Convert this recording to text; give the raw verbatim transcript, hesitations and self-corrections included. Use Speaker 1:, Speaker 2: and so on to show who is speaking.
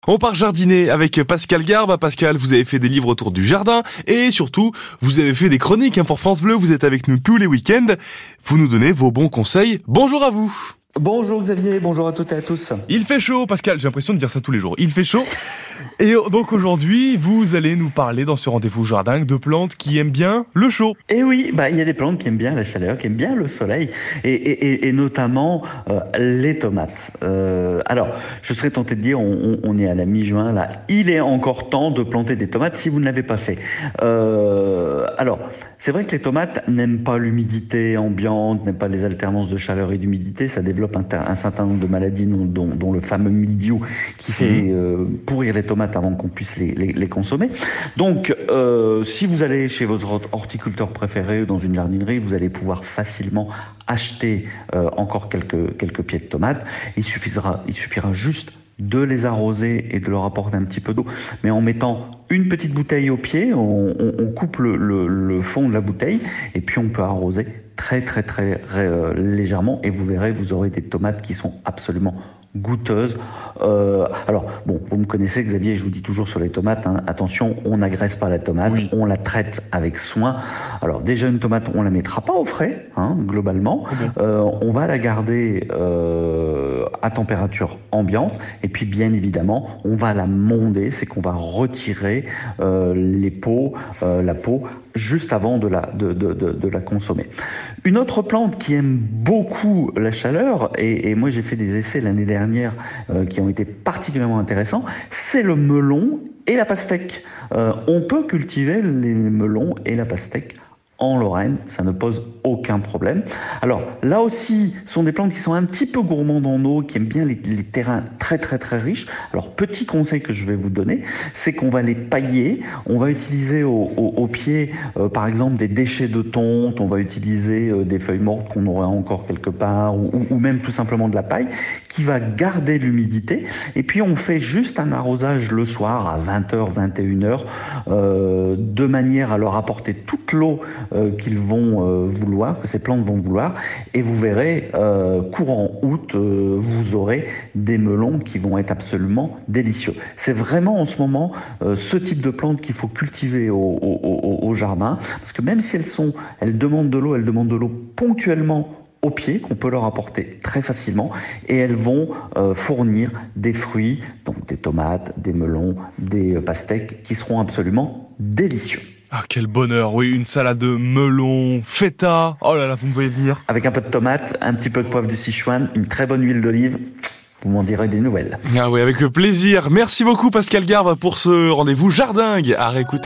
Speaker 1: On part jardiner avec Pascal Garbe. Pascal, vous avez fait des livres autour du jardin et surtout, vous avez fait des chroniques hein, pour France Bleu. Vous êtes avec nous tous les week-ends. Vous nous donnez vos bons conseils. Bonjour à vous.
Speaker 2: Bonjour Xavier, bonjour à toutes et à tous.
Speaker 1: Il fait chaud, Pascal, j'ai l'impression de dire ça tous les jours. Il fait chaud. Et donc aujourd'hui, vous allez nous parler dans ce rendez-vous jardin de plantes qui aiment bien le chaud.
Speaker 2: Et oui, bah il y a des plantes qui aiment bien la chaleur, qui aiment bien le soleil, et, et, et notamment euh, les tomates. Euh, alors, je serais tenté de dire, on, on est à la mi-juin là, il est encore temps de planter des tomates si vous ne l'avez pas fait. Euh, alors, c'est vrai que les tomates n'aiment pas l'humidité ambiante, n'aiment pas les alternances de chaleur et d'humidité, ça développe un, un certain nombre de maladies, dont, dont, dont le fameux mildiou qui fait mmh. euh, pourrir les tomates avant qu'on puisse les, les, les consommer. Donc, euh, si vous allez chez votre horticulteur préféré ou dans une jardinerie, vous allez pouvoir facilement acheter euh, encore quelques, quelques pieds de tomates. Il suffira, il suffira juste de les arroser et de leur apporter un petit peu d'eau, mais en mettant une petite bouteille au pied, on, on, on coupe le, le, le fond de la bouteille et puis on peut arroser très très très euh, légèrement et vous verrez, vous aurez des tomates qui sont absolument goûteuses. Euh, alors, bon, vous me connaissez Xavier, je vous dis toujours sur les tomates, hein, attention, on n'agresse pas la tomate, oui. On la traite avec soin. Alors déjà, une tomate, on la mettra pas au frais, hein, globalement. Okay. Euh, on va la garder euh, à température ambiante et puis bien évidemment, on va la monder, c'est qu'on va retirer euh, les peaux, euh, la peau juste avant de la, de, de, de, de la consommer. Une autre plante qui aime beaucoup la chaleur, et, et moi j'ai fait des essais l'année dernière euh, qui ont été particulièrement intéressants, c'est le melon et la pastèque. Euh, on peut cultiver les melons et la pastèque en Lorraine, ça ne pose aucun problème. Alors là aussi, ce sont des plantes qui sont un petit peu gourmandes en eau, qui aiment bien les, les terrains très très très riches. Alors petit conseil que je vais vous donner, c'est qu'on va les pailler. On va utiliser au, au, au pied, euh, par exemple, des déchets de tonte. On va utiliser euh, des feuilles mortes qu'on aurait encore quelque part, ou, ou même tout simplement de la paille, qui va garder l'humidité. Et puis on fait juste un arrosage le soir à vingt heures, vingt et une heures, euh, de manière à leur apporter toute l'eau Euh, qu'ils vont euh, vouloir, que ces plantes vont vouloir, et vous verrez, euh, courant août, euh, vous aurez des melons qui vont être absolument délicieux. C'est vraiment en ce moment euh, ce type de plantes qu'il faut cultiver au, au, au, au jardin, parce que même si elles sont, elles demandent de l'eau, elles demandent de l'eau ponctuellement au pied, qu'on peut leur apporter très facilement, et elles vont euh, fournir des fruits, donc des tomates, des melons, des euh, pastèques, qui seront absolument délicieux.
Speaker 1: Ah, quel bonheur, oui, une salade de melon, feta, oh là là, vous me voyez venir.
Speaker 2: Avec un peu de tomate, un petit peu de poivre de Sichuan, une très bonne huile d'olive, vous m'en direz des nouvelles.
Speaker 1: Ah oui, avec plaisir. Merci beaucoup Pascal Garbe pour ce rendez-vous jardingue à réécouter.